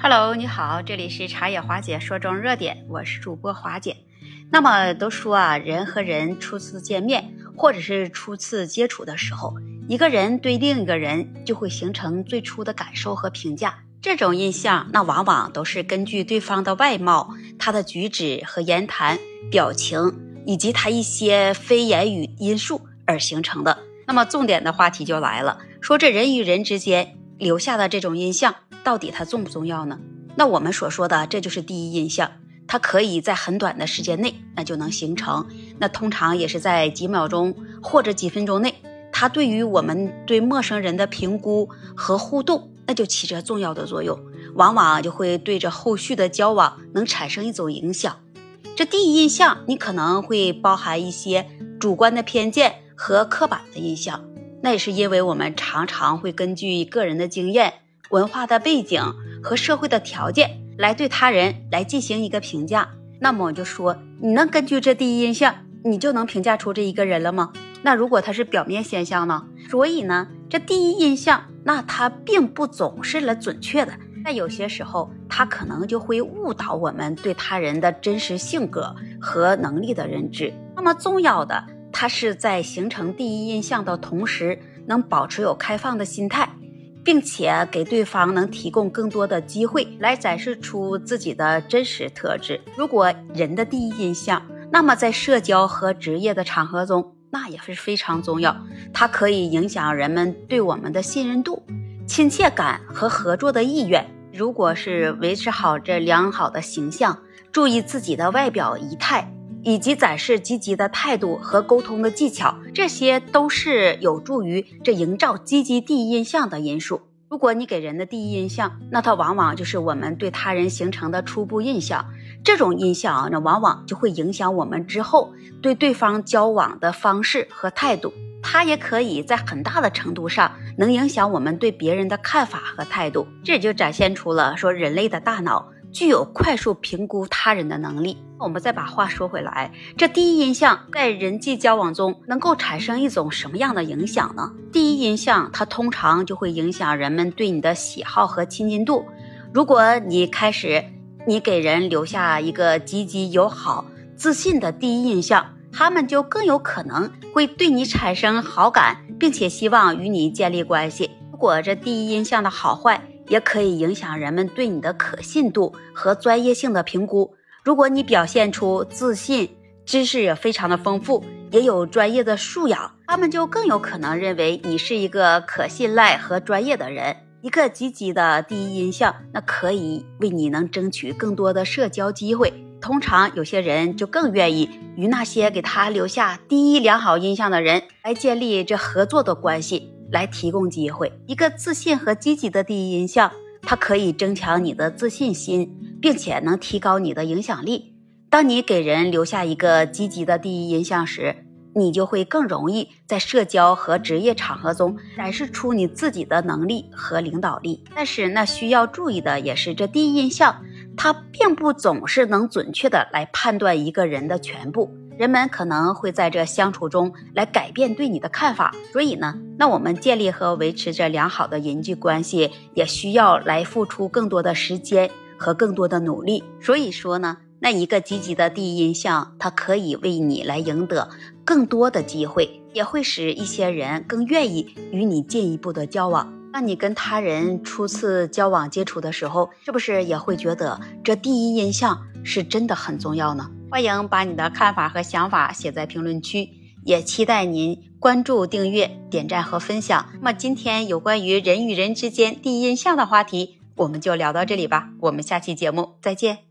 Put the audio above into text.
Hello， 你好，这里是茶野华姐说中热点，我是主播华姐。那么都说人和人初次见面或者是初次接触的时候，一个人对另一个人就会形成最初的感受和评价。这种印象那往往都是根据对方的外貌、他的举止和言谈、表情以及他一些非言语因素而形成的。那么重点的话题就来了，说这人与人之间留下的这种印象到底它重不重要呢？那我们所说的这就是第一印象，它可以在很短的时间内那就能形成，那通常也是在几秒钟或者几分钟内，它对于我们对陌生人的评估和互动那就起着重要的作用，往往就会对着后续的交往能产生一种影响。这第一印象你可能会包含一些主观的偏见和刻板的印象，那也是因为我们常常会根据个人的经验、文化的背景和社会的条件来对他人来进行一个评价。那么我就说，你能根据这第一印象你就能评价出这一个人了吗？那如果它是表面现象呢？所以呢，这第一印象那它并不总是来准确的，那有些时候它可能就会误导我们对他人的真实性格和能力的认知。那么重要的，它是在形成第一印象的同时能保持有开放的心态，并且给对方能提供更多的机会来展示出自己的真实特质。如果人的第一印象，那么在社交和职业的场合中那也是非常重要，它可以影响人们对我们的信任度、亲切感和合作的意愿。如果是维持好这良好的形象，注意自己的外表仪态，以及展示积极的态度和沟通的技巧，这些都是有助于这营造积极第一印象的因素。如果你给人的第一印象，那它往往就是我们对他人形成的初步印象，这种印象那往往就会影响我们之后对对方交往的方式和态度，它也可以在很大的程度上能影响我们对别人的看法和态度。这也就展现出了说人类的大脑具有快速评估他人的能力。我们再把话说回来，这第一印象在人际交往中能够产生一种什么样的影响呢？第一印象它通常就会影响人们对你的喜好和亲近度。如果你给人留下一个积极友好自信的第一印象，他们就更有可能会对你产生好感，并且希望与你建立关系。如果这第一印象的好坏也可以影响人们对你的可信度和专业性的评估。如果你表现出自信，知识也非常的丰富，也有专业的素养，他们就更有可能认为你是一个可信赖和专业的人。一个积极的第一印象，那可以为你能争取更多的社交机会。通常有些人就更愿意与那些给他留下第一良好印象的人来建立这合作的关系，来提供机会。一个自信和积极的第一印象，它可以增强你的自信心，并且能提高你的影响力。当你给人留下一个积极的第一印象时，你就会更容易在社交和职业场合中展示出你自己的能力和领导力。但是那需要注意的也是，这第一印象它并不总是能准确的来判断一个人的全部，人们可能会在这相处中来改变对你的看法。所以呢，那我们建立和维持着良好的人际关系也需要来付出更多的时间和更多的努力。所以说呢，那一个积极的第一印象，它可以为你来赢得更多的机会，也会使一些人更愿意与你进一步的交往。那你跟他人初次交往接触的时候，是不是也会觉得这第一印象是真的很重要呢？欢迎把你的看法和想法写在评论区，也期待您关注、订阅、点赞和分享。那么今天有关于人与人之间第一印象的话题，我们就聊到这里吧，我们下期节目再见。